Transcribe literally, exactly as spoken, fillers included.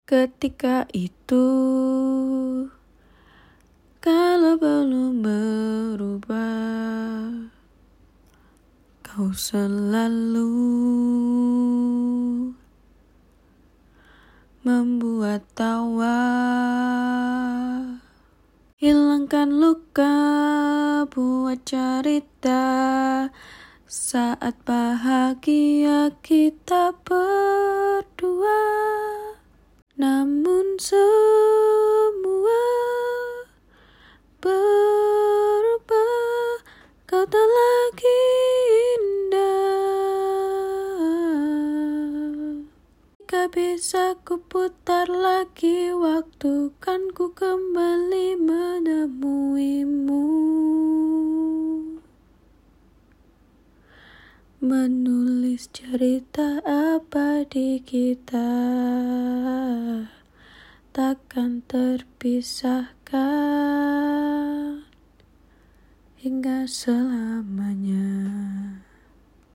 Ketika itu, kalau belum berubah, kau selalu membuat tawa. Hilangkan luka, buat cerita saat bahagia kita berdua. Namun semua berubah, kau tak lagi indah. Jika bisa ku putar lagi waktu, kan ku kembali menemuimu, menulis cerita abadi kita, takkan terpisahkan hingga selamanya.